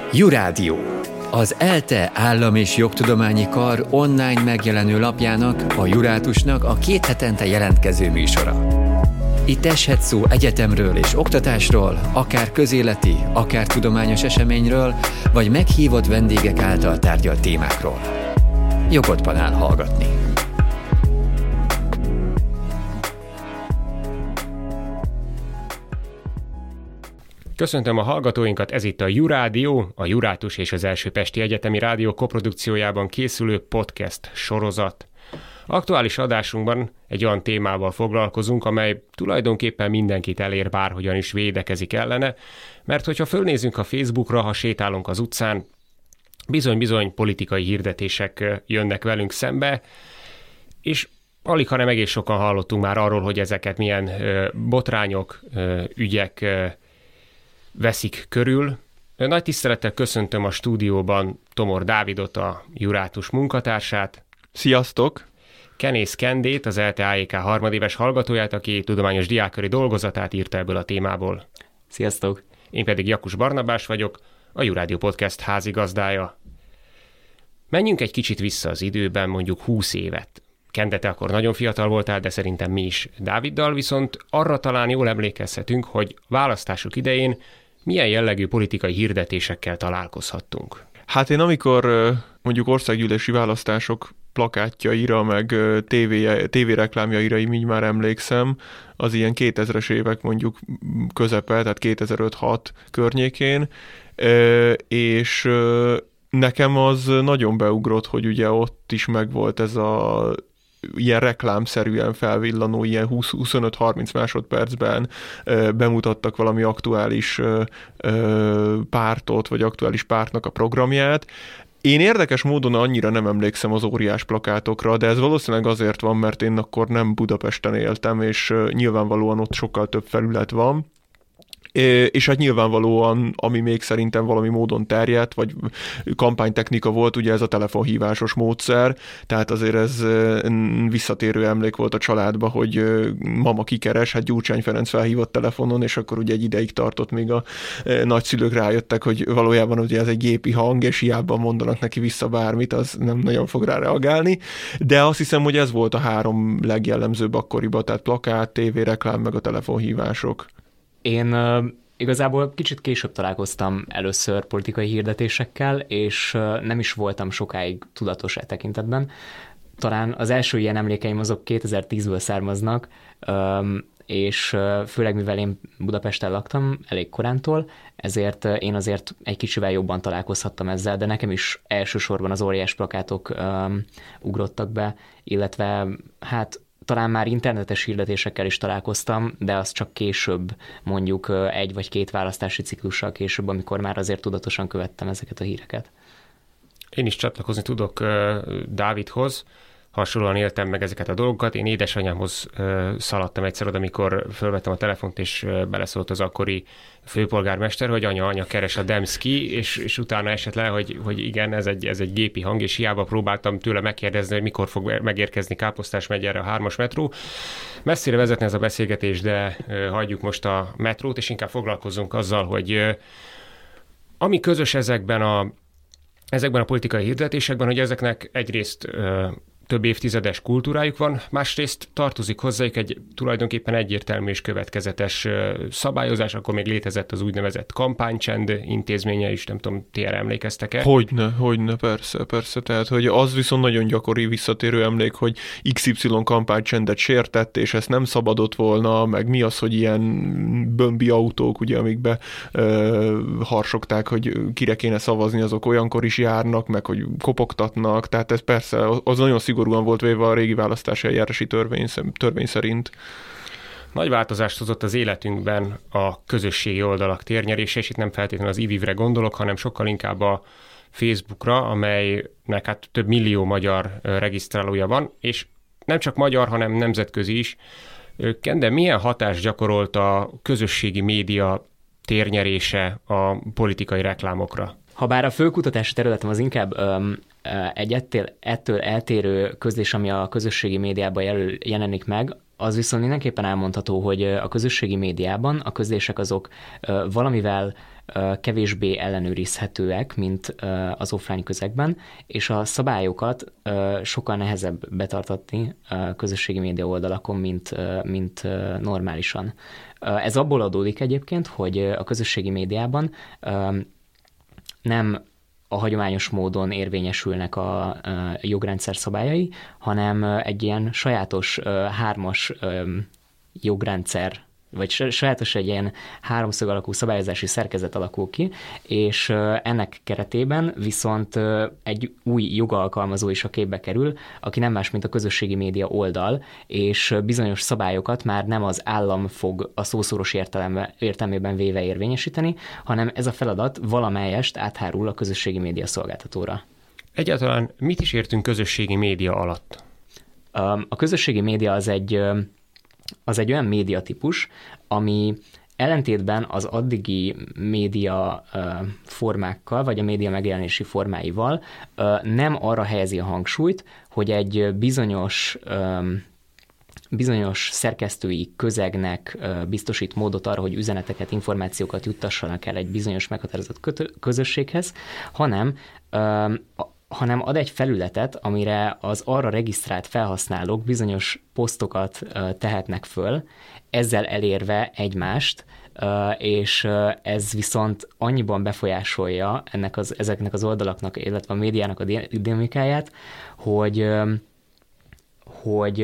Jurádió, az ELTE Állam- és Jogtudományi Kar online megjelenő lapjának, a Jurátusnak a 2 hetente jelentkező műsora. Itt eshet szó egyetemről és oktatásról, akár közéleti, akár tudományos eseményről, vagy meghívott vendégek által tárgyalt témákról. Jogodban áll hallgatni. Köszöntöm a hallgatóinkat, ez itt a Jurádió, a Jurátus és az Első Pesti Egyetemi Rádió koprodukciójában készülő podcast sorozat. Aktuális adásunkban egy olyan témával foglalkozunk, amely tulajdonképpen mindenkit elér, bárhogyan is védekezik ellene, mert hogyha fölnézünk a Facebookra, ha sétálunk az utcán, bizony-bizony politikai hirdetések jönnek velünk szembe, és alig, hanem egész sokan hallottunk már arról, hogy ezeket milyen botrányok, ügyek veszik körül. Nagy tisztelettel köszöntöm a stúdióban Tomor Dávidot, a Jurátus munkatársát. Sziasztok! Kenész Kendét, az ELTE AEK harmadéves hallgatóját, aki tudományos diákköri dolgozatát írta ebből a témából. Sziasztok! Én pedig Jakus Barnabás vagyok, a Jurádió Podcast házigazdája. Menjünk egy kicsit vissza az időben, mondjuk 20 évet. Kende, te akkor nagyon fiatal voltál, de szerintem mi is Dáviddal, viszont arra talán jól emlékezhetünk, hogy választások idején milyen jellegű politikai hirdetésekkel találkozhattunk. Hát én amikor mondjuk országgyűlési választások plakátjaira, meg tévéreklámjaira így már emlékszem, az ilyen 2000-es évek mondjuk közepe, tehát 2005-6 környékén, és nekem az nagyon beugrott, hogy ugye ott is megvolt ez a ilyen reklámszerűen felvillanó, ilyen 20-25-30 másodpercben bemutattak valami aktuális pártot, vagy aktuális pártnak a programját. Én érdekes módon annyira nem emlékszem az óriás plakátokra, de ez valószínűleg azért van, mert én akkor nem Budapesten éltem, és nyilvánvalóan ott sokkal több felület van. És hát nyilvánvalóan, ami még szerintem valami módon terjedt, vagy kampánytechnika volt, ugye ez a telefonhívásos módszer, tehát azért ez visszatérő emlék volt a családba, hogy mama kikeres, hát Gyurcsány Ferenc felhívott telefonon, és akkor ugye egy ideig tartott, míg a nagyszülők rájöttek, hogy valójában ugye ez egy gépi hang, és hiába mondanak neki vissza bármit, az nem nagyon fog rá reagálni, de azt hiszem, hogy ez volt a 3 legjellemzőbb akkoriban, tehát plakát, tévéreklám, meg a telefonhívások. Én igazából kicsit később találkoztam először politikai hirdetésekkel, és nem is voltam sokáig tudatos e tekintetben. Talán az első ilyen emlékeim azok 2010-ből származnak, és főleg mivel én Budapesten laktam elég korántól, ezért én azért egy kicsivel jobban találkozhattam ezzel, de nekem is elsősorban az óriás plakátok ugrottak be, illetve hát talán már internetes hirdetésekkel is találkoztam, de az csak később, mondjuk 1 vagy 2 választási ciklussal később, amikor már azért tudatosan követtem ezeket a híreket. Én is csatlakozni tudok Dávidhoz, hasonlóan éltem meg ezeket a dolgokat. Én édesanyámhoz szaladtam egyszer oda, amikor fölvettem a telefont, és beleszólt az akkori főpolgármester, hogy anya keres a Demszki, és utána esett le, hogy igen, ez egy gépi hang, és hiába próbáltam tőle megkérdezni, hogy mikor fog megérkezni Káposztás megyerre a 3-as metró. Messzire vezetne ez a beszélgetés, de hagyjuk most a metrót, és inkább foglalkozzunk azzal, hogy ami közös ezekben a politikai hirdetésekben, hogy ezeknek egyrészt több évtizedes kultúrájuk van, másrészt tartozik hozzájuk egy tulajdonképpen egyértelmű és következetes szabályozás, akkor még létezett az úgynevezett kampánycsend intézménye is, nem tudom, ti erre emlékeztek-e? Hogyne, persze, tehát hogy az viszont nagyon gyakori visszatérő emlék, hogy XY kampánycsendet sértett, és ezt nem szabadott volna, meg mi az, hogy ilyen bömbi autók, ugye, amikbe harsogták, hogy kire kéne szavazni, azok olyankor is járnak, meg hogy kopogtatnak, tehát ez persze, az nagyon szigorúan volt véve a régi választási eljárási törvény szerint. Nagy változást hozott az életünkben a közösségi oldalak térnyerése, és itt nem feltétlenül az IVIV-re gondolok, hanem sokkal inkább a Facebookra, amelynek hát több millió magyar regisztrálója van, és nem csak magyar, hanem nemzetközi is. Kende, milyen hatást gyakorolt a közösségi média térnyerése a politikai reklámokra? Habár a főkutatási területem az inkább egy ettől eltérő közlés, ami a közösségi médiában jelenik meg, az viszont mindenképpen elmondható, hogy a közösségi médiában a közlések azok valamivel kevésbé ellenőrizhetőek, mint az offline közegben, és a szabályokat sokkal nehezebb betartatni a közösségi média oldalakon, mint normálisan. Ez abból adódik egyébként, hogy a közösségi médiában nem a hagyományos módon érvényesülnek a jogrendszer szabályai, hanem egy ilyen sajátos hármas jogrendszer, vagy sajátos egy ilyen háromszög alakú szabályozási szerkezet alakul ki, és ennek keretében viszont egy új jogalkalmazó is a képbe kerül, aki nem más, mint a közösségi média oldal, és bizonyos szabályokat már nem az állam fog a szószoros értelmében véve érvényesíteni, hanem ez a feladat valamelyest áthárul a közösségi média szolgáltatóra. Egyáltalán mit is értünk közösségi média alatt? A közösségi média az egy olyan médiatípus, ami ellentétben az addigi média formákkal, vagy a média megjelenési formáival nem arra helyezi a hangsúlyt, hogy egy bizonyos szerkesztői közegnek biztosít módot arra, hogy üzeneteket, információkat juttassanak el egy bizonyos meghatározott közösséghez, hanem ad egy felületet, amire az arra regisztrált felhasználók bizonyos posztokat tehetnek föl, ezzel elérve egymást, és ez viszont annyiban befolyásolja ezeknek az oldalaknak, illetve a médiának a dinamikáját, hogy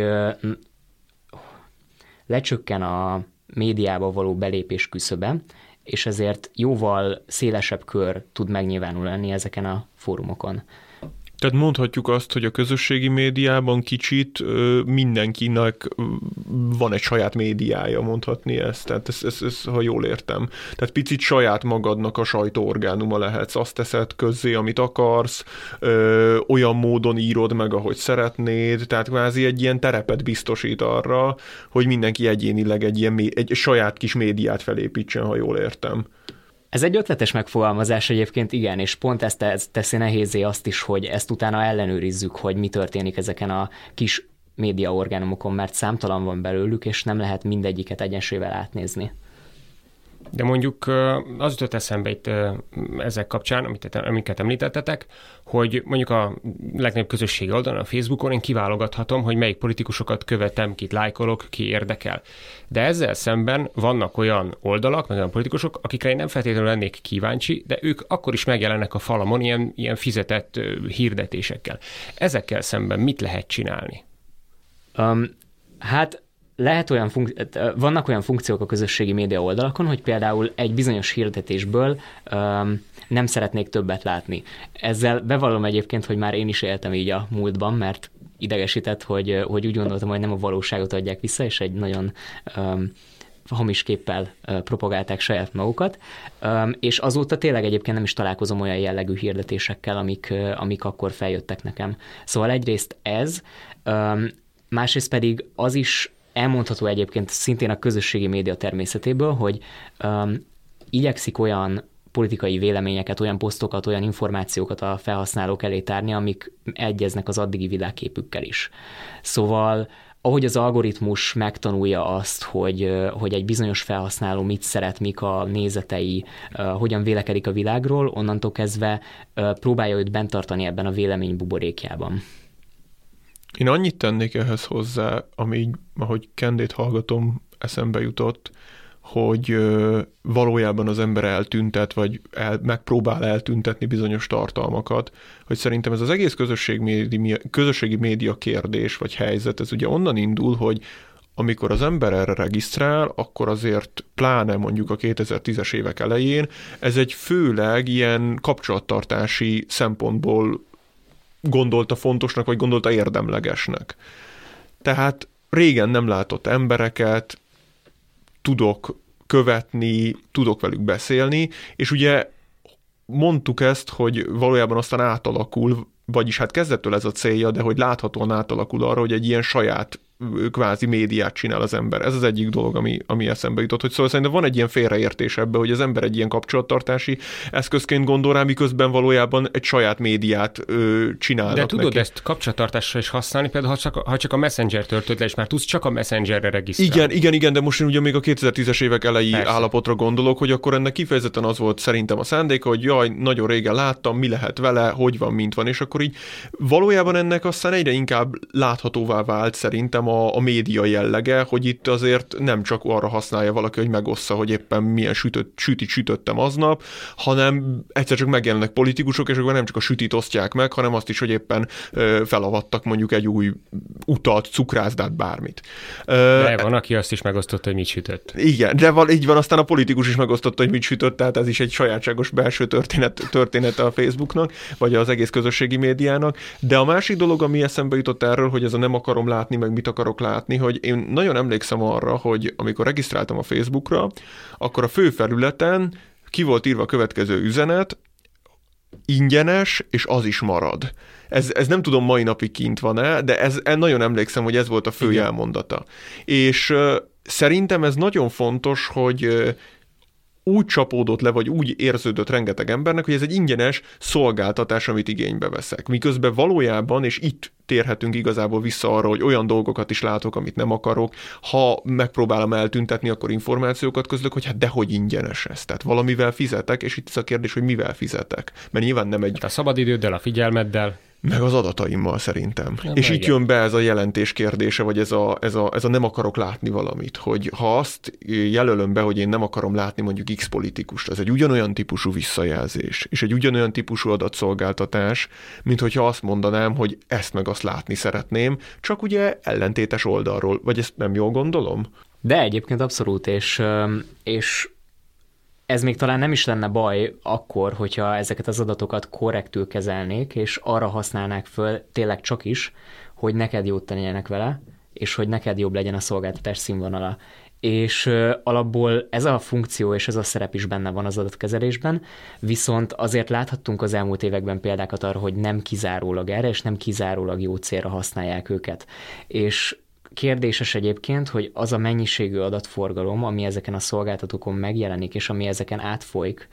lecsökken a médiába való belépés küszöbe, és ezért jóval szélesebb kör tud megnyilvánulni ezeken a fórumokon. Tehát mondhatjuk azt, hogy a közösségi médiában kicsit mindenkinek van egy saját médiája, mondhatni ezt. Tehát ez, ha jól értem. Tehát picit saját magadnak a sajtóorgánuma lehetsz. Azt teszed közzé, amit akarsz, olyan módon írod meg, ahogy szeretnéd. Tehát kvázi egy ilyen terepet biztosít arra, hogy mindenki egyénileg egy saját kis médiát felépítsen, ha jól értem. Ez egy ötletes megfogalmazás egyébként, igen, és pont ezt teszi nehézé azt is, hogy ezt utána ellenőrizzük, hogy mi történik ezeken a kis médiaorgánumokon, mert számtalan van belőlük, és nem lehet mindegyiket egyensével átnézni. De mondjuk az jutott eszembe itt ezek kapcsán, amiket említettetek, hogy mondjuk a legnagyobb közösségi oldalon, a Facebookon én kiválogathatom, hogy melyik politikusokat követem, kit lájkolok, ki érdekel. De ezzel szemben vannak olyan oldalak, meg olyan politikusok, akikre én nem feltétlenül lennék kíváncsi, de ők akkor is megjelennek a falamon ilyen fizetett hirdetésekkel. Ezekkel szemben mit lehet csinálni? Vannak olyan funkciók a közösségi média oldalakon, hogy például egy bizonyos hirdetésből nem szeretnék többet látni. Ezzel bevallom egyébként, hogy már én is éltem így a múltban, mert idegesített, hogy úgy gondoltam, hogy nem a valóságot adják vissza, és egy nagyon hamis képpel propagálták saját magukat, és azóta tényleg egyébként nem is találkozom olyan jellegű hirdetésekkel, amik akkor feljöttek nekem. Szóval egyrészt ez, másrészt pedig az is elmondható egyébként szintén a közösségi média természetéből, hogy igyekszik olyan politikai véleményeket, olyan posztokat, olyan információkat a felhasználók elé tárni, amik egyeznek az addigi világképükkel is. Szóval ahogy az algoritmus megtanulja azt, hogy egy bizonyos felhasználó mit szeret, mik a nézetei, hogyan vélekedik a világról, onnantól kezdve próbálja őt bent tartani ebben a vélemény buborékjában. Én annyit tennék ehhez hozzá, ahogy Kendét hallgatom, eszembe jutott, hogy valójában az ember eltüntet, vagy megpróbál eltüntetni bizonyos tartalmakat, hogy szerintem ez az egész közösségi média kérdés, vagy helyzet, ez ugye onnan indul, hogy amikor az ember erre regisztrál, akkor azért pláne mondjuk a 2010-es évek elején, ez egy főleg ilyen kapcsolattartási szempontból gondolta fontosnak, vagy gondolta érdemlegesnek. Tehát régen nem látott embereket, tudok követni, tudok velük beszélni, és ugye mondtuk ezt, hogy valójában aztán átalakul, vagyis hát kezdettől ez a célja, de hogy láthatóan átalakul arra, hogy egy ilyen saját kvázi médiát csinál az ember. Ez az egyik dolog, ami eszembe jutott, hogy szóval szerintem van egy ilyen félreértés ebbe, hogy az ember egy ilyen kapcsolattartási eszközként gondol rá, miközben valójában egy saját médiát csinálnak. De tudod neki. ezt kapcsolattartásra is használni, például ha csak a Messenger töltöd le, és már tudsz csak a Messengerre regisztrálni. Igen, de most én ugye még a 2010-es évek elejé állapotra gondolok, hogy akkor ennek kifejezetten az volt szerintem a szándéka, hogy jaj, nagyon régen láttam, mi lehet vele, hogy van, mint van, és akkor így valójában ennek aztán egyre inkább láthatóvá vált szerintem a média jellege, hogy itt azért nem csak arra használja valaki, hogy megossza, hogy éppen milyen sütit sütöttem aznap, hanem egyszer csak megjelennek politikusok, és akkor nem csak a sütit osztják meg, hanem azt is, hogy éppen felavattak mondjuk egy új utat, cukrászdát, bármit. De van, aki azt is megosztotta, hogy mit sütött. Igen, de így van, aztán a politikus is megosztotta, hogy mit sütött, tehát ez is egy sajátságos belső története a Facebooknak, vagy az egész közösségi médiának. De a másik dolog, ami eszembe jutott erről, hogy ez a nem akarom látni, meg mit akarok látni, hogy én nagyon emlékszem arra, hogy amikor regisztráltam a Facebookra, akkor a fő felületen ki volt írva a következő üzenet, ingyenes, és az is marad. Ez nem tudom mai napig kint van-e, de nagyon emlékszem, hogy ez volt a fő jelmondata. És szerintem ez nagyon fontos, hogy úgy csapódott le, vagy úgy érződött rengeteg embernek, hogy ez egy ingyenes szolgáltatás, amit igénybe veszek. Miközben valójában, és itt térhetünk igazából vissza arra, hogy olyan dolgokat is látok, amit nem akarok. Ha megpróbálom eltüntetni, akkor információkat közlök, hogy hát dehogy ingyenes ez. Tehát valamivel fizetek, és itt ez a kérdés, hogy mivel fizetek. Mert nyilván nem egy... Hát a szabadidőddel, a figyelmeddel. Meg az adataimmal szerintem. Ja, és itt jön be ez a jelentés kérdése, vagy ez a nem akarok látni valamit, hogy ha azt jelölöm be, hogy én nem akarom látni mondjuk X politikust, az egy ugyanolyan típusú visszajelzés, és egy ugyanolyan típusú adatszolgáltatás, mint hogyha azt mondanám, hogy ezt meg azt látni szeretném, csak ugye ellentétes oldalról, vagy ezt nem jól gondolom? De egyébként abszolút, és ez még talán nem is lenne baj akkor, hogyha ezeket az adatokat korrektül kezelnék, és arra használnák föl tényleg csak is, hogy neked jót tenjenek vele, és hogy neked jobb legyen a szolgáltatás színvonala. És alapból ez a funkció és ez a szerep is benne van az adatkezelésben, viszont azért láthattunk az elmúlt években példákat arra, hogy nem kizárólag erre, és nem kizárólag jó célra használják őket. És kérdéses egyébként, hogy az a mennyiségű adatforgalom, ami ezeken a szolgáltatókon megjelenik, és ami ezeken átfolyik,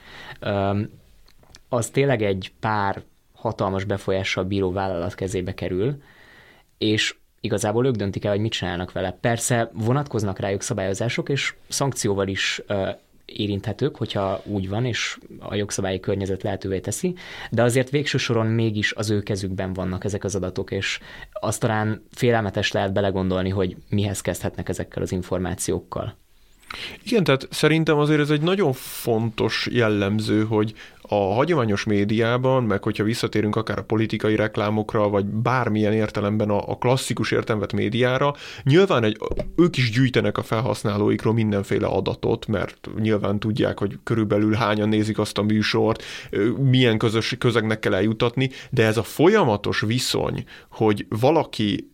az tényleg egy pár hatalmas befolyással bíró vállalat kezébe kerül, és igazából ők döntik el, hogy mit csinálnak vele. Persze vonatkoznak rájuk szabályozások, és szankcióval is érinthetők, hogyha úgy van, és a jogszabályi környezet lehetővé teszi, de azért végső soron mégis az ő kezükben vannak ezek az adatok, és azt talán félelmetes lehet belegondolni, hogy mihez kezdhetnek ezekkel az információkkal. Igen, tehát szerintem azért ez egy nagyon fontos jellemző, hogy a hagyományos médiában, meg hogyha visszatérünk akár a politikai reklámokra, vagy bármilyen értelemben a klasszikus értelmet médiára, nyilván ők is gyűjtenek a felhasználóikról mindenféle adatot, mert nyilván tudják, hogy körülbelül hányan nézik azt a műsort, milyen közegnek kell eljutatni, de ez a folyamatos viszony, hogy valaki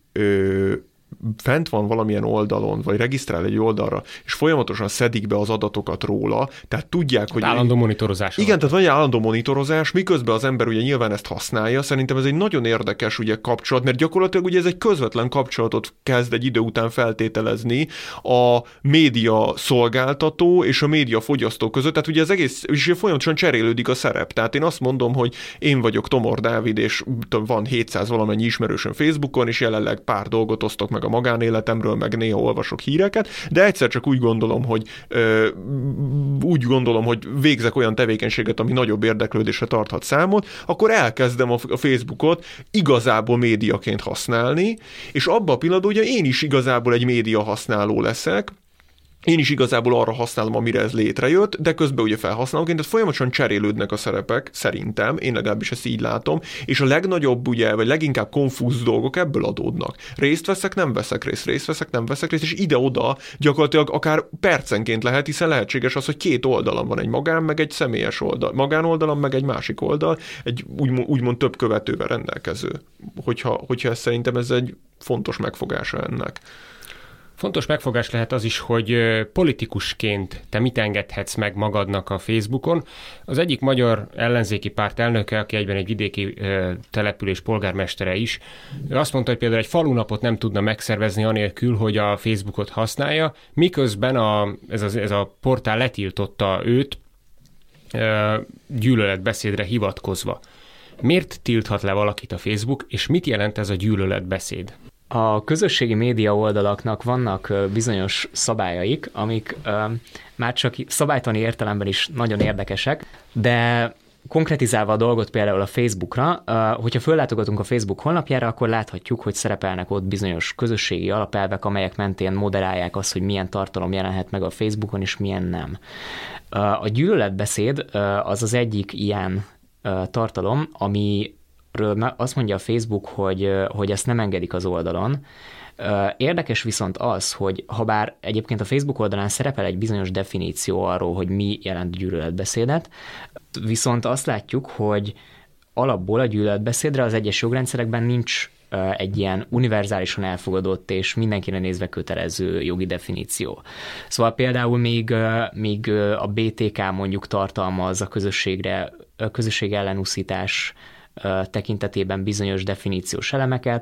fent van valamilyen oldalon, vagy regisztrál egy oldalra, és folyamatosan szedik be az adatokat róla, tehát tudják, hogy... Állandó monitorozás. Igen, tehát van egy állandó monitorozás, miközben az ember ugye nyilván ezt használja. Szerintem ez egy nagyon érdekes ugye kapcsolat, mert gyakorlatilag ugye ez egy közvetlen kapcsolatot kezd egy idő után feltételezni a média szolgáltató és a média fogyasztó között, tehát ugye az egész, és folyamatosan cserélődik a szerep. Tehát én azt mondom, hogy én vagyok Tomor Dávid, és van 700 valamennyi ismerősöm Facebookon, és jelenleg pár dolgot osztok meg a magánéletemről, meg néha olvasok híreket, de egyszer csak úgy gondolom, hogy végzek olyan tevékenységet, ami nagyobb érdeklődésre tarthat számot, akkor elkezdem a Facebookot igazából médiaként használni, és abban a pillanatban ugye én is igazából egy média használó leszek, én is igazából arra használom, amire ez létrejött, de közben ugye felhasználóként, tehát folyamatosan cserélődnek a szerepek, szerintem, én legalábbis ezt így látom, és a legnagyobb ugye, vagy leginkább konfúz dolgok ebből adódnak. Részt veszek, nem veszek részt, és ide-oda gyakorlatilag akár percenként lehet, hiszen lehetséges az, hogy két oldalam van, egy magán, meg egy személyes oldal. Magánoldalam, meg egy másik oldal, egy úgymond több követővel rendelkező. Hogyha ez szerintem ez egy fontos megfogása ennek. Fontos megfogás lehet az is, hogy politikusként te mit engedhetsz meg magadnak a Facebookon. Az egyik magyar ellenzéki párt elnöke, aki egyben egy vidéki település polgármestere is, ő azt mondta, hogy például egy falunapot nem tudna megszervezni anélkül, hogy a Facebookot használja, miközben ez a portál letiltotta őt gyűlöletbeszédre hivatkozva. Miért tilthat le valakit a Facebook, és mit jelent ez a gyűlöletbeszéd? A közösségi média oldalaknak vannak bizonyos szabályaik, amik már csak szabálytani értelemben is nagyon érdekesek, de konkretizálva a dolgot például a Facebookra, hogyha föllátogatunk a Facebook honlapjára, akkor láthatjuk, hogy szerepelnek ott bizonyos közösségi alapelvek, amelyek mentén moderálják azt, hogy milyen tartalom jelenhet meg a Facebookon, és milyen nem. A gyűlöletbeszéd az az egyik ilyen tartalom, amiről azt mondja a Facebook, hogy ezt nem engedik az oldalon. Érdekes viszont az, hogy ha bár egyébként a Facebook oldalán szerepel egy bizonyos definíció arról, hogy mi jelent gyűlöletbeszédet, viszont azt látjuk, hogy alapból a gyűlöletbeszédre az egyes jogrendszerekben nincs egy ilyen univerzálisan elfogadott és mindenkire nézve kötelező jogi definíció. Szóval például még a BTK mondjuk tartalmaz a közösség ellenuszítás tekintetében bizonyos definíciós elemeket,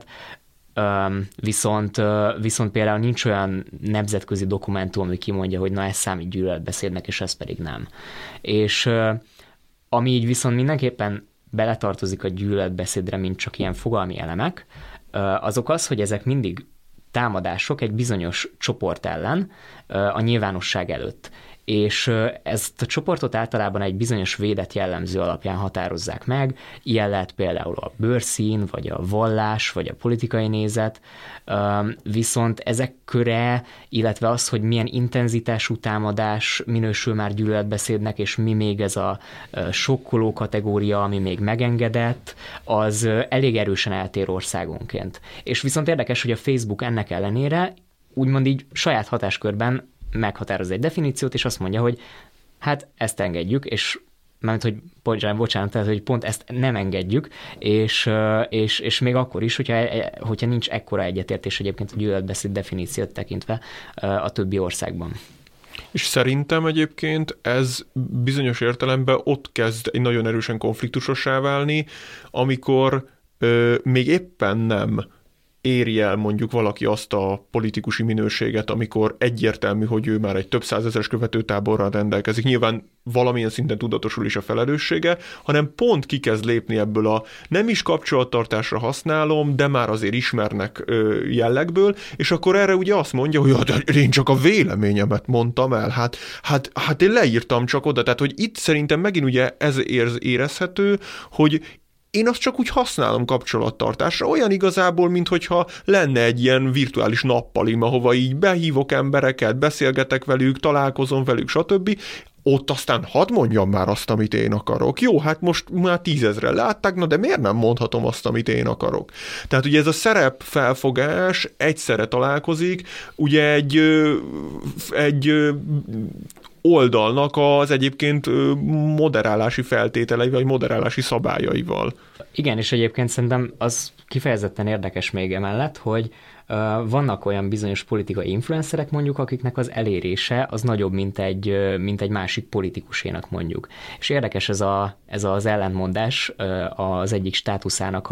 viszont például nincs olyan nemzetközi dokumentum, ami kimondja, hogy na ez számít gyűlöletbeszédnek, és ez pedig nem. És ami így viszont mindenképpen beletartozik a gyűlöletbeszédre, mint csak ilyen fogalmi elemek, azok az, hogy ezek mindig támadások egy bizonyos csoport ellen a nyilvánosság előtt. És ezt a csoportot általában egy bizonyos védett jellemző alapján határozzák meg, ilyen lehet például a bőrszín, vagy a vallás, vagy a politikai nézet, viszont ezek köre, illetve az, hogy milyen intenzitású támadás minősül már gyűlöletbeszédnek, és mi még ez a sokkoló kategória, ami még megengedett, az elég erősen eltér országonként. És viszont érdekes, hogy a Facebook ennek ellenére úgymond így saját hatáskörben meghatároz egy definíciót, és azt mondja, hogy hát ezt engedjük, és mert hogy bocsánat, tehát, hogy pont ezt nem engedjük, és még akkor is, hogyha nincs ekkora egyetértés egyébként a gyűlöletbeszéd definíciót tekintve a többi országban. És szerintem egyébként ez bizonyos értelemben ott kezd egy nagyon erősen konfliktusossá válni, amikor még éppen nem éri el mondjuk valaki azt a politikusi minőséget, amikor egyértelmű, hogy ő már egy több százezeres követőtáborral rendelkezik. Nyilván valamilyen szinten tudatosul is a felelőssége, hanem pont ki kezd lépni ebből a nem is kapcsolattartásra használom, de már azért ismernek jellegből, és akkor erre ugye azt mondja, hogy én csak a véleményemet mondtam el, hát én leírtam csak oda, tehát hogy itt szerintem megint ugye ez érezhető, hogy én azt csak úgy használom kapcsolattartásra, olyan igazából, minthogyha lenne egy ilyen virtuális nappalim, ahova így behívok embereket, beszélgetek velük, találkozom velük, stb. Ott aztán hadd mondjam már azt, amit én akarok. Jó, hát most már 10 000-en látták, na de miért nem mondhatom azt, amit én akarok? Tehát ugye ez a szerepfelfogás egyszerre találkozik, ugye egy oldalnak az egyébként moderálási feltételei, vagy moderálási szabályaival. Igen, és egyébként szerintem az kifejezetten érdekes még emellett, hogy vannak olyan bizonyos politikai influencerek mondjuk, akiknek az elérése az nagyobb, mint egy másik politikusénak mondjuk. És érdekes ez az ellentmondás az egyik státuszának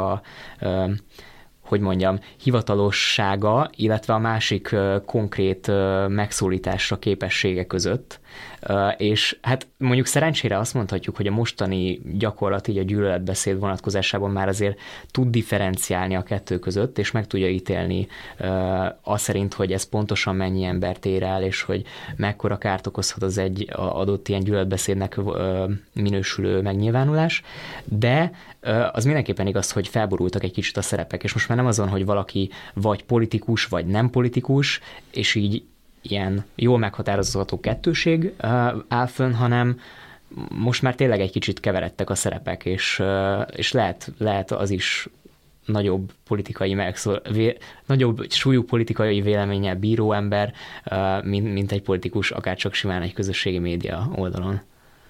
hivatalossága, illetve a másik konkrét megszólításra képessége között. És hát mondjuk szerencsére azt mondhatjuk, hogy a mostani gyakorlat így a gyűlöletbeszéd vonatkozásában már azért tud differenciálni a kettő között, és meg tudja ítélni azt szerint, hogy ez pontosan mennyi embert ér el, és hogy mekkora kárt okozhat az egy adott ilyen gyűlöletbeszédnek minősülő megnyilvánulás, de az mindenképpen igaz, hogy felborultak egy kicsit a szerepek, és most már nem azon, hogy valaki vagy politikus, vagy nem politikus, és így ilyen jól meghatározható kettőség áll fönn, hanem most már tényleg egy kicsit keveredtek a szerepek, és lehet az is nagyobb nagyobb súlyú politikai véleménnyel bíró ember, mint egy politikus, akár csak simán egy közösségi média oldalon.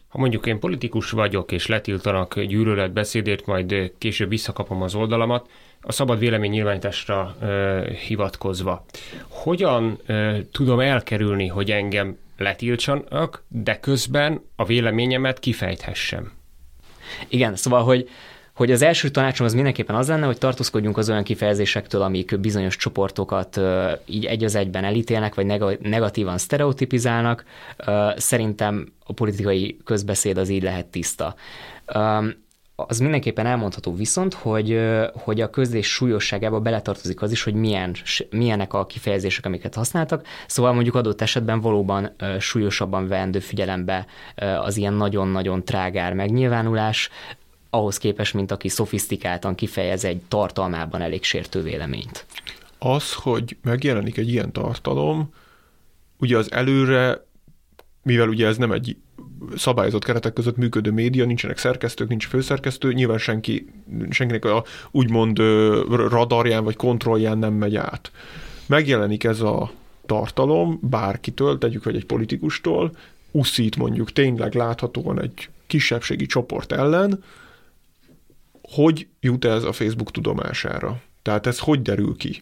Ha mondjuk én politikus vagyok, és letiltanak gyűlöletbeszédért, majd később visszakapom az oldalamat, a szabad véleménynyilvánításra hivatkozva. Hogyan tudom elkerülni, hogy engem letiltsanak, de közben a véleményemet kifejthessem? Igen, szóval, hogy az első tanácsom az mindenképpen az lenne, hogy tartózkodjunk az olyan kifejezésektől, amik bizonyos csoportokat így egy az egyben elítélnek, vagy negatívan sztereotipizálnak. Szerintem a politikai közbeszéd az így lehet tiszta. Az mindenképpen elmondható viszont, hogy a közlés súlyosságába beletartozik az is, hogy milyenek a kifejezések, amiket használtak. Szóval mondjuk adott esetben valóban súlyosabban veendő figyelembe az ilyen nagyon-nagyon trágár megnyilvánulás, ahhoz képest, mint aki szofisztikáltan kifejez egy tartalmában elég sértő véleményt. Az, hogy megjelenik egy ilyen tartalom, ugye az előre, mivel ugye ez nem egy szabályozott keretek között működő média, nincsenek szerkesztők, nincs főszerkesztő, nyilván senkinek a úgymond radarján vagy kontrollján nem megy át. Megjelenik ez a tartalom bárkitől, tegyük vagy egy politikustól, uszít mondjuk tényleg láthatóan egy kisebbségi csoport ellen, hogy jut ez a Facebook tudomására? Tehát ez hogy derül ki?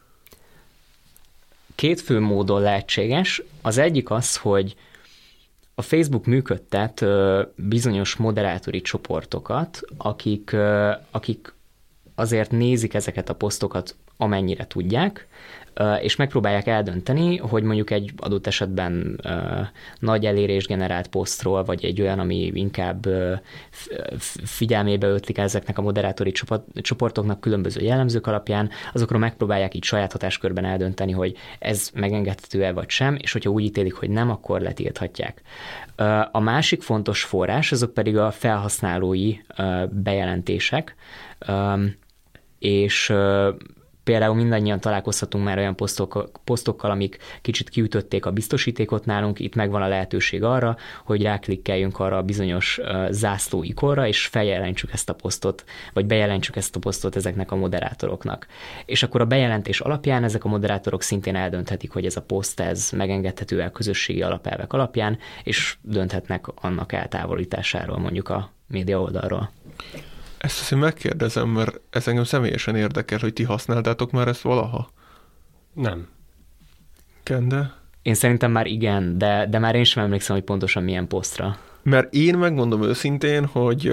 Két fő módon lehetséges. Az egyik az, hogy a Facebook működtet bizonyos moderátori csoportokat, akik azért nézik ezeket a posztokat, amennyire tudják, és megpróbálják eldönteni, hogy mondjuk egy adott esetben nagy elérés generált posztról, vagy egy olyan, ami inkább figyelmébe ötlik ezeknek a moderátori csoportoknak különböző jellemzők alapján, azokról megpróbálják így saját hatáskörben eldönteni, hogy ez megengedhető-e vagy sem, és hogyha úgy ítélik, hogy nem, akkor letilthatják. A másik fontos forrás, azok pedig a felhasználói bejelentések, és például mindannyian találkozhatunk már olyan posztokkal, amik kicsit kiütötték a biztosítékot nálunk, itt megvan a lehetőség arra, hogy ráklikkeljünk arra a bizonyos zászló ikonra, és feljelentsük ezt a posztot, vagy bejelentsük ezt a posztot ezeknek a moderátoroknak. És akkor a bejelentés alapján ezek a moderátorok szintén eldönthetik, hogy ez a poszt, ez megengedhető el közösségi alapelvek alapján, és dönthetnek annak eltávolításáról mondjuk a média oldalról. Ezt azért megkérdezem, mert ez engem személyesen érdekel, hogy ti használtátok már ezt valaha? Nem. Kende? Én szerintem már igen, de már én sem emlékszem, hogy pontosan milyen posztra. Mert én megmondom őszintén, hogy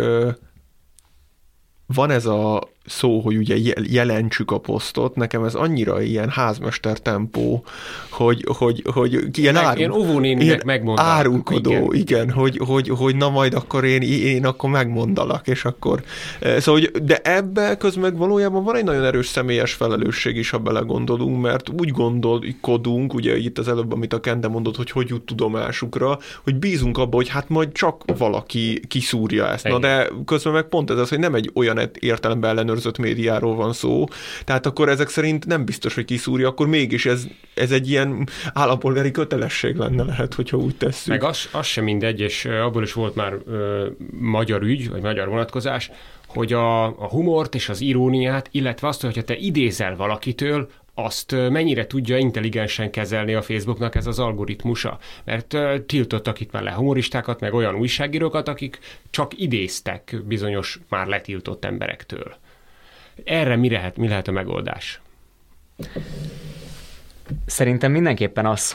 van ez a szó, hogy ugye jelentsük a posztot, nekem ez annyira ilyen házmester tempó, hogy ilyen árulkodó, igen, hogy na majd akkor én akkor megmondalak, és akkor szóval, de ebbe közben valójában van egy nagyon erős személyes felelősség is, ha belegondolunk, mert úgy gondolkodunk, ugye itt az előbb, amit a Kende mondott, hogy jut tudomásukra, hogy bízunk abba, hogy hát majd csak valaki kiszúrja ezt. Na de közben meg pont ez az, hogy nem egy olyan értelemben ellenőrzött médiáról van szó, tehát akkor ezek szerint nem biztos, hogy kiszúrja, akkor mégis ez egy ilyen állampolgári kötelesség lenne lehet, hogyha úgy tesszük. Meg az sem mindegy, és abból is volt már magyar ügy, vagy magyar vonatkozás, hogy a humort és az iróniát, illetve azt, hogyha te idézel valakitől, azt mennyire tudja intelligensen kezelni a Facebooknak ez az algoritmusa. Mert tiltottak itt már le humoristákat, meg olyan újságírókat, akik csak idéztek bizonyos már letiltott emberektől. Erre mi lehet a megoldás? Szerintem mindenképpen az,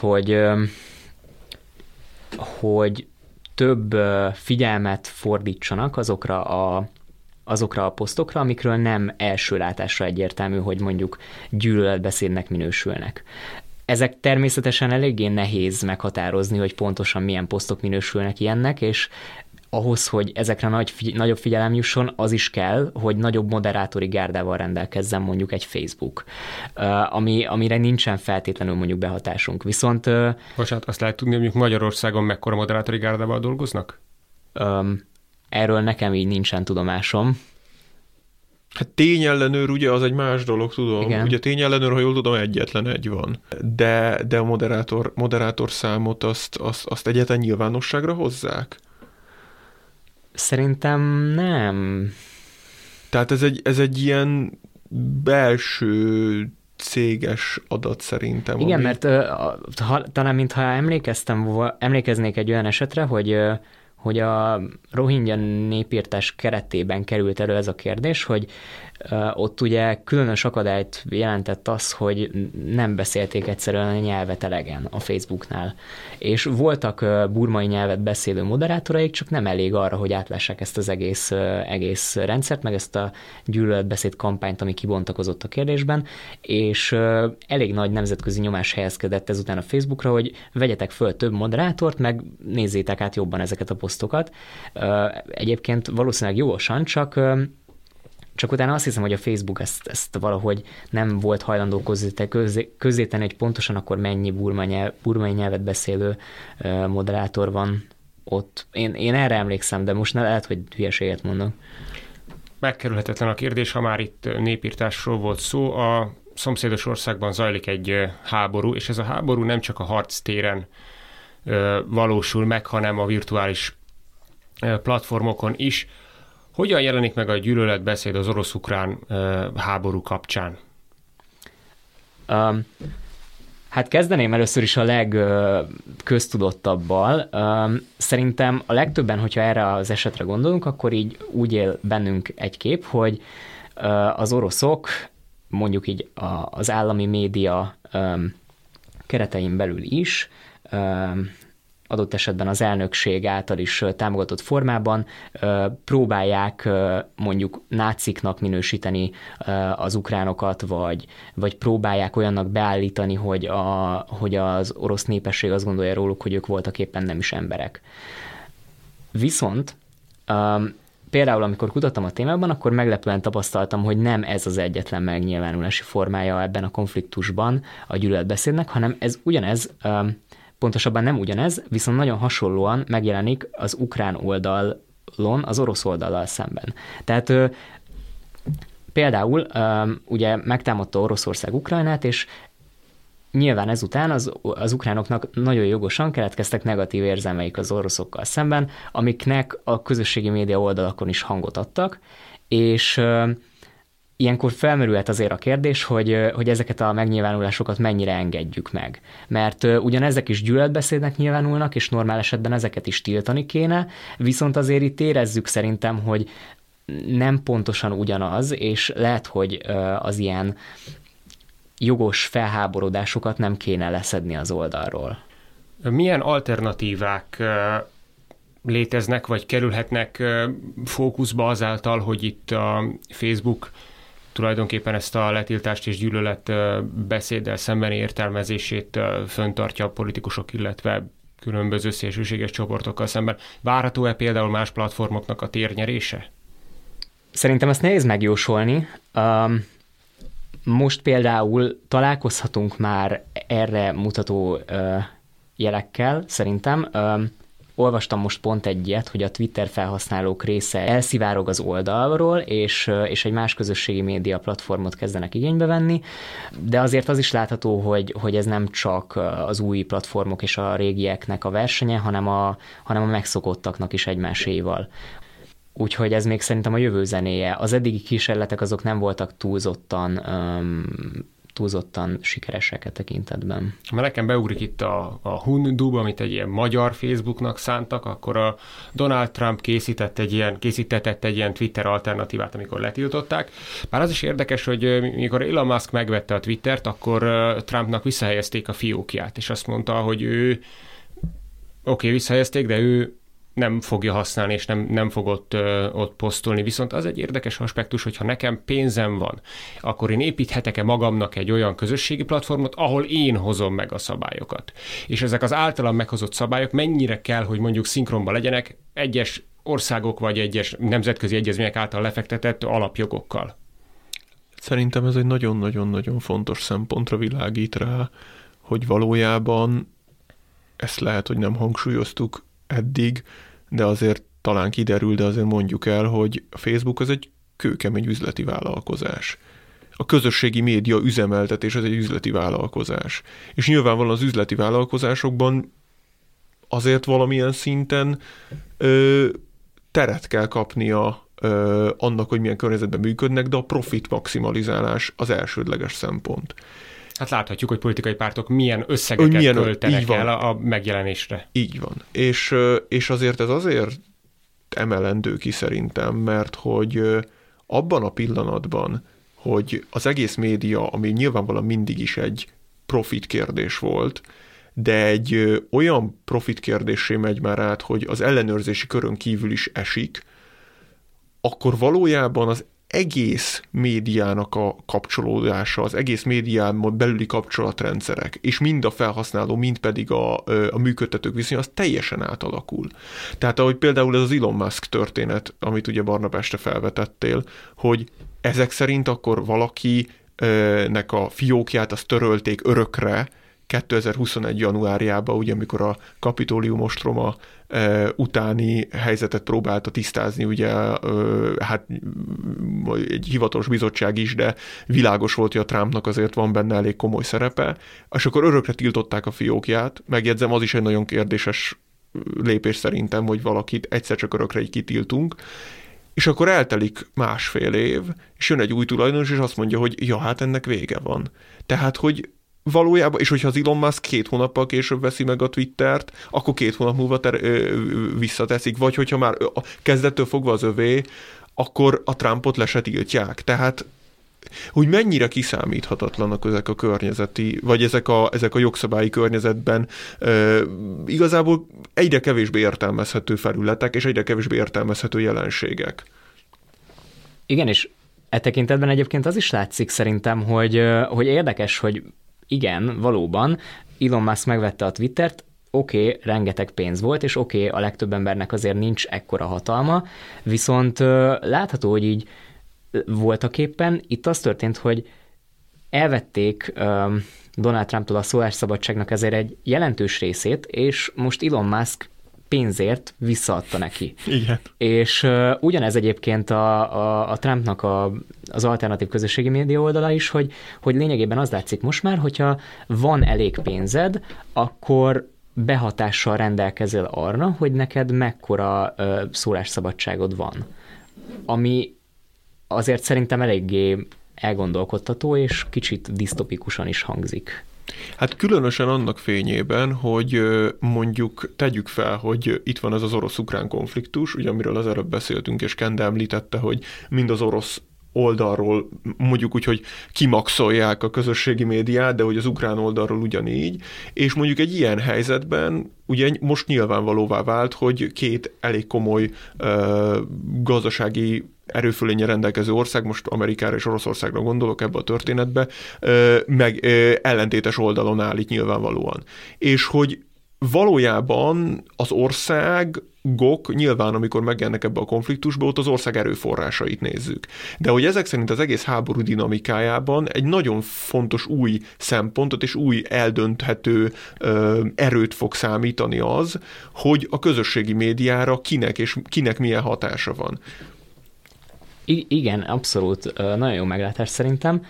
hogy több figyelmet fordítsanak azokra a posztokra, amikről nem első látásra egyértelmű, hogy mondjuk gyűlöletbeszédnek minősülnek. Ezek természetesen eléggé nehéz meghatározni, hogy pontosan milyen posztok minősülnek ilyennek, és ahhoz, hogy ezekre nagyobb figyelem jusson, az is kell, hogy nagyobb moderátori gárdával rendelkezzen mondjuk egy Facebook, amire nincsen feltétlenül mondjuk behatásunk. Viszont... Bocsánat, azt lehet tudni, hogy mondjuk Magyarországon mekkora moderátori gárdával dolgoznak? Erről nekem így nincsen tudomásom. Hát tényellenőr ugye az egy más dolog, tudom. Igen. Ugye tényellenőr, ha jól tudom, egyetlen egy van. De a moderátor számot azt egyetlen nyilvánosságra hozzák? Szerintem nem. Tehát ez egy ilyen belső céges adat szerintem. Igen, mert talán mintha emlékeznék egy olyan esetre, hogy a Rohingya népírtás keretében került elő ez a kérdés, hogy ott ugye különös akadályt jelentett az, hogy nem beszélték egyszerűen a nyelvet elegen a Facebooknál. És voltak burmai nyelvet beszélő moderátoraik, csak nem elég arra, hogy átlássák ezt az egész rendszert, meg ezt a gyűlöletbeszéd kampányt, ami kibontakozott a kérdésben, és elég nagy nemzetközi nyomás helyezkedett ezután a Facebookra, hogy vegyetek föl több moderátort, meg nézzétek át jobban ezeket a posztokat. Egyébként valószínűleg jogosan, csak utána azt hiszem, hogy a Facebook ezt valahogy nem volt hajlandó közzétenni, hogy pontosan akkor mennyi burmai nyelvet beszélő moderátor van ott. Én erre emlékszem, de most lehet, hogy hülyeséget mondok. Megkerülhetetlen a kérdés, ha már itt népírtásról volt szó. A szomszédos országban zajlik egy háború, és ez a háború nem csak a harctéren valósul meg, hanem a virtuális platformokon is. Hogyan jelenik meg a gyűlöletbeszéd az orosz-ukrán háború kapcsán? Hát kezdeném először is a legköztudottabbal. Szerintem a legtöbben, hogyha erre az esetre gondolunk, akkor így úgy él bennünk egy kép, hogy az oroszok, mondjuk így az állami média keretein belül is, adott esetben az elnökség által is támogatott formában próbálják mondjuk náciknak minősíteni az ukránokat, vagy próbálják olyannak beállítani, hogy az orosz népesség azt gondolja róluk, hogy ők voltak éppen nem is emberek. Viszont például, amikor kutattam a témában, akkor meglepően tapasztaltam, hogy nem ez az egyetlen megnyilvánulási formája ebben a konfliktusban a gyűlöletbeszédnek, hanem ez ugyanez, pontosabban nem ugyanez, viszont nagyon hasonlóan megjelenik az ukrán oldalon, az orosz oldallal szemben. Tehát például ugye megtámadta Oroszország Ukrajnát, és nyilván ezután az ukránoknak nagyon jogosan keletkeztek negatív érzelmeik az oroszokkal szemben, amiknek a közösségi média oldalakon is hangot adtak, és ilyenkor felmerülhet azért a kérdés, hogy ezeket a megnyilvánulásokat mennyire engedjük meg. Mert ugyanezek is gyűlöletbeszédnek nyilvánulnak, és normál esetben ezeket is tiltani kéne, viszont azért itt érezzük szerintem, hogy nem pontosan ugyanaz, és lehet, hogy az ilyen jogos felháborodásokat nem kéne leszedni az oldalról. Milyen alternatívák léteznek, vagy kerülhetnek fókuszba azáltal, hogy itt a Facebook tulajdonképpen ezt a letiltást és gyűlölet beszéddel szembeni értelmezését föntartja a politikusok, illetve különböző szélsőséges csoportokkal szemben. Várható-e például más platformoknak a térnyerése? Szerintem ezt nehéz megjósolni. Most például találkozhatunk már erre mutató jelekkel, szerintem. Olvastam most pont egy ilyet, hogy a Twitter felhasználók része elszivárog az oldalról, és egy más közösségi média platformot kezdenek igénybe venni, de azért az is látható, hogy ez nem csak az új platformok és a régieknek a versenye, hanem a megszokottaknak is egymáséval. Úgyhogy ez még szerintem a jövő zenéje. Az eddigi kísérletek azok nem voltak túlzottan sikeresek a tekintetben. Ha nekem beugrik itt a Hundub, amit egy ilyen magyar Facebooknak szántak, akkor a Donald Trump készítetett egy ilyen Twitter alternatívát, amikor letiltották. Bár az is érdekes, hogy mikor Elon Musk megvette a Twittert, akkor Trumpnak visszahelyezték a fiókját, és azt mondta, hogy ő visszahelyezték, de ő nem fogja használni, és nem fog ott posztolni. Viszont az egy érdekes aspektus, hogy ha nekem pénzem van, akkor én építhetek-e magamnak egy olyan közösségi platformot, ahol én hozom meg a szabályokat. És ezek az általam meghozott szabályok mennyire kell, hogy mondjuk szinkronban legyenek egyes országok vagy egyes nemzetközi egyezmények által lefektetett alapjogokkal. Szerintem ez egy nagyon-nagyon-nagyon fontos szempontra világít rá, hogy valójában ezt lehet, hogy nem hangsúlyoztuk eddig, de azért talán kiderül, de azért mondjuk el, hogy a Facebook az egy kőkemény üzleti vállalkozás. A közösségi média üzemeltetés az egy üzleti vállalkozás. És nyilvánvalóan az üzleti vállalkozásokban azért valamilyen szinten teret kell kapnia annak, hogy milyen környezetben működnek, de a profit maximalizálás az elsődleges szempont. Hát láthatjuk, hogy politikai pártok milyen összegeket költenek el a megjelenésre. Így van. És azért ez azért emelendő ki szerintem, mert hogy abban a pillanatban, hogy az egész média, ami nyilvánvalóan mindig is egy profit kérdés volt, de egy olyan profit kérdéssé megy már át, hogy az ellenőrzési körön kívül is esik, akkor valójában az egész médiának a kapcsolódása, az egész médián belüli kapcsolatrendszerek, és mind a felhasználó, mind pedig a működtetők viszonya, az teljesen átalakul. Tehát ahogy például ez az Elon Musk történet, amit ugye Barnabás te felvetettél, hogy ezek szerint akkor valakinek a fiókját azt törölték örökre 2021. januárjában, ugye, amikor a Kapitólium ostroma utáni helyzetet próbálta tisztázni, ugye, hát egy hivatalos bizottság is, de világos volt, hogy a Trumpnak azért van benne elég komoly szerepe, és akkor örökre tiltották a fiókját. Megjegyzem, az is egy nagyon kérdéses lépés szerintem, hogy valakit egyszer csak örökre így kitiltunk, és akkor eltelik 1,5 év, és jön egy új tulajdonos, és azt mondja, hogy ja, hát ennek vége van. Tehát, hogy valójában, és hogyha az Elon Musk 2 hónappal később veszi meg a Twittert, akkor 2 hónap múlva visszateszik, vagy hogyha már kezdettől fogva az övé, akkor a Trumpot le se tiltják. Tehát, hogy mennyire kiszámíthatatlanak ezek a környezeti, vagy ezek a jogszabályi környezetben igazából egyre kevésbé értelmezhető felületek, és egyre kevésbé értelmezhető jelenségek. Igen, és e tekintetben egyébként az is látszik szerintem, hogy érdekes, hogy igen, valóban Elon Musk megvette a Twittert, oké, rengeteg pénz volt, és oké, a legtöbb embernek azért nincs ekkora hatalma, viszont látható, hogy így voltaképpen itt az történt, hogy elvették Donald Trumptól a szólásszabadságnak ezért egy jelentős részét, és most Elon Musk pénzért visszaadta neki. Igen. És ugyanez egyébként a Trumpnak az alternatív közösségi média oldala is, hogy lényegében az látszik most már, hogyha van elég pénzed, akkor behatással rendelkezel arra, hogy neked mekkora szólásszabadságod van. Ami azért szerintem eléggé elgondolkodtató, és kicsit disztopikusan is hangzik. Hát különösen annak fényében, hogy mondjuk tegyük fel, hogy itt van ez az orosz-ukrán konfliktus, ugye amiről az előbb beszéltünk, és Kende említette, hogy mind az orosz oldalról mondjuk úgy, hogy kimaxolják a közösségi médiát, de hogy az ukrán oldalról ugyanígy, és mondjuk egy ilyen helyzetben ugye most nyilvánvalóvá vált, hogy 2 elég komoly gazdasági erőfölénye rendelkező ország, most Amerikára és Oroszországra gondolok ebbe a történetbe, meg ellentétes oldalon áll itt nyilvánvalóan. És hogy valójában az országok nyilván, amikor megjelennek ebbe a konfliktusba, ott az ország erőforrásait nézzük. De hogy ezek szerint az egész háború dinamikájában egy nagyon fontos új szempontot és új eldönthető erőt fog számítani az, hogy a közösségi médiára kinek milyen hatása van. Igen, abszolút. Nagyon jó meglátás szerintem,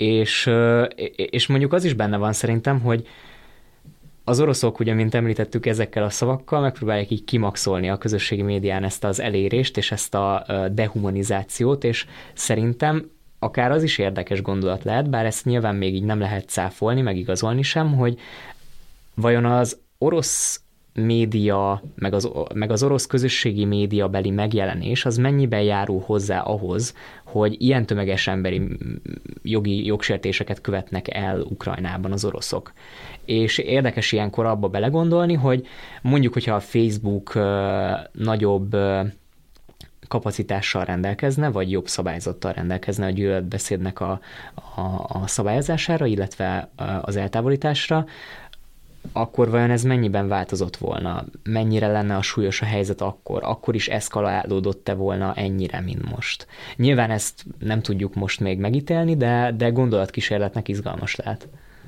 és mondjuk az is benne van szerintem, hogy az oroszok, ugye, mint említettük, ezekkel a szavakkal megpróbálják így kimaxolni a közösségi médián ezt az elérést és ezt a dehumanizációt, és szerintem akár az is érdekes gondolat lehet, bár ezt nyilván még így nem lehet cáfolni, meg igazolni sem, hogy vajon az orosz média, meg az orosz közösségi média beli megjelenés, az mennyiben járul hozzá ahhoz, hogy ilyen tömeges emberi jogsértéseket követnek el Ukrajnában az oroszok. És érdekes ilyenkor abba belegondolni, hogy mondjuk, hogyha a Facebook nagyobb kapacitással rendelkezne, vagy jobb szabályzattal rendelkezne a gyűlöletbeszédnek a szabályozására, illetve az eltávolításra, akkor vajon ez mennyiben változott volna? Mennyire lenne a súlyos a helyzet akkor? Akkor is eszkalálódott-e volna ennyire, mint most? Nyilván ezt nem tudjuk most még megítélni, de gondolatkísérletnek izgalmas lehet.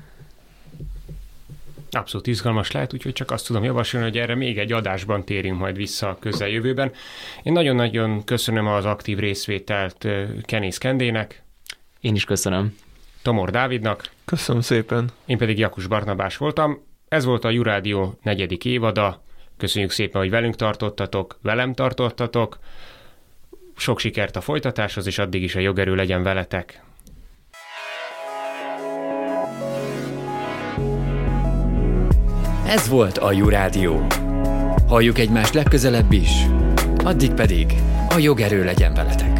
Abszolút izgalmas lehet, úgyhogy csak azt tudom javasolni, hogy erre még egy adásban térjünk majd vissza a közeljövőben. Én nagyon-nagyon köszönöm az aktív részvételt Kenész Kendének. Én is köszönöm. Tomor Dávidnak. Köszönöm szépen. Én pedig Jakus Barnabás voltam. Ez volt a Jurádió 4. évada. Köszönjük szépen, hogy velem tartottatok. Sok sikert a folytatáshoz, és addig is a jogerő legyen veletek. Ez volt a Jurádió. Halljuk egymást legközelebb is. Addig pedig a jogerő legyen veletek.